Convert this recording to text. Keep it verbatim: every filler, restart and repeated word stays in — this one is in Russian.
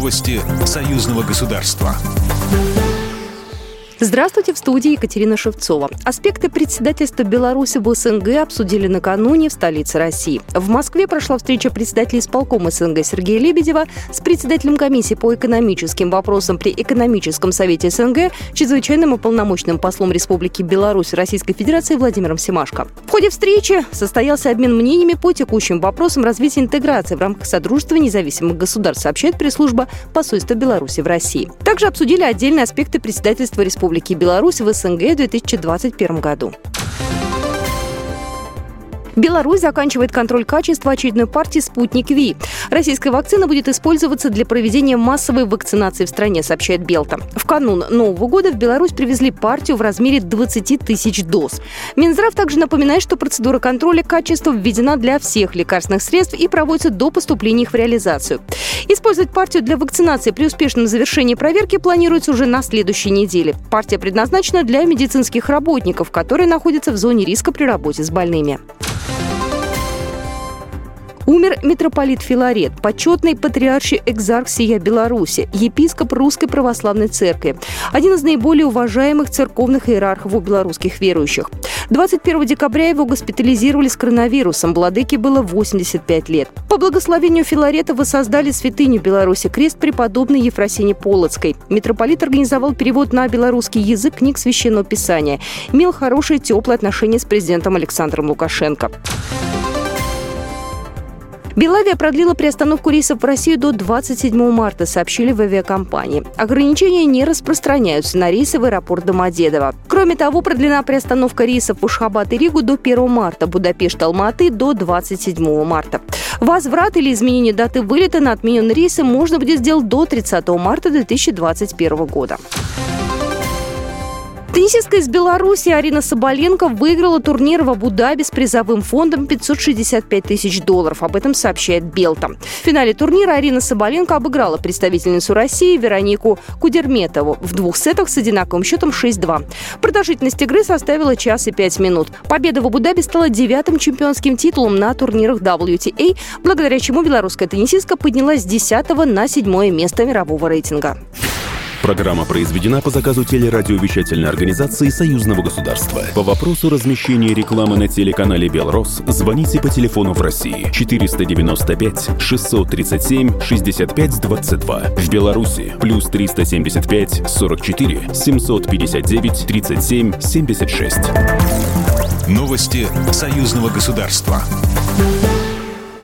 Новости союзного государства. Здравствуйте, в студии Екатерина Шевцова. Аспекты председательства Беларуси в СНГ обсудили накануне в столице России. В Москве прошла встреча председателя исполкома СНГ Сергея Лебедева с председателем комиссии по экономическим вопросам при Экономическом совете СНГ, чрезвычайным и полномочным послом Республики Беларусь Российской Федерации Владимиром Семашко. В ходе встречи состоялся обмен мнениями по текущим вопросам развития интеграции в рамках Содружества независимых государств, сообщает пресс-служба посольства Беларуси в России. Также обсудили отдельные аспекты председательства Республики Республики Беларусь в СНГ в две тысячи двадцать первом году. Беларусь заканчивает контроль качества очередной партии «Спутник Ви». Российская вакцина будет использоваться для проведения массовой вакцинации в стране, сообщает Белта. В канун Нового года в Беларусь привезли партию в размере двадцать тысяч доз. Минздрав также напоминает, что процедура контроля качества введена для всех лекарственных средств и проводится до поступления их в реализацию. Использовать партию для вакцинации при успешном завершении проверки планируется уже на следующей неделе. Партия предназначена для медицинских работников, которые находятся в зоне риска при работе с больными. Умер митрополит Филарет, почетный патриарший экзарх всея Беларуси, епископ Русской Православной Церкви, один из наиболее уважаемых церковных иерархов у белорусских верующих. двадцать первого декабря его госпитализировали с коронавирусом. Владыке было восемьдесят пять лет. По благословению Филарета воссоздали святыню Беларуси крест преподобной Ефросинии Полоцкой. Митрополит организовал перевод на белорусский язык книг Священного Писания. Имел хорошие, теплые отношения с президентом Александром Лукашенко. Белавия продлила приостановку рейсов в Россию до двадцать седьмого марта, сообщили в авиакомпании. Ограничения не распространяются на рейсы в аэропорт Домодедово. Кроме того, продлена приостановка рейсов в Ашхабад и Ригу до первого марта, Будапешт, Алма-Аты до двадцать седьмого марта. Возврат или изменение даты вылета на отмененные рейсы можно будет сделать до тридцатого марта две тысячи двадцать первого года. Теннисистка из Беларуси Арина Соболенко выиграла турнир в Абу-Даби с призовым фондом пятьсот шестьдесят пять тысяч долларов. Об этом сообщает Белта. В финале турнира Арина Соболенко обыграла представительницу России Веронику Кудерметову в двух сетах с одинаковым счетом шесть-два. Продолжительность игры составила час и пять минут. Победа в Абу-Даби стала девятым чемпионским титулом на турнирах дабл ю ти эй, благодаря чему белорусская теннисистка поднялась с десятого на седьмое место мирового рейтинга. Программа произведена по заказу телерадиовещательной организации Союзного государства. По вопросу размещения рекламы на телеканале «Белрос» звоните по телефону в России четыреста девяносто пять шестьсот тридцать семь шестьдесят пять двадцать два. В Беларуси плюс триста семьдесят пять сорок четыре семьсот пятьдесят девять тридцать семь семьдесят шесть. Новости союзного государства.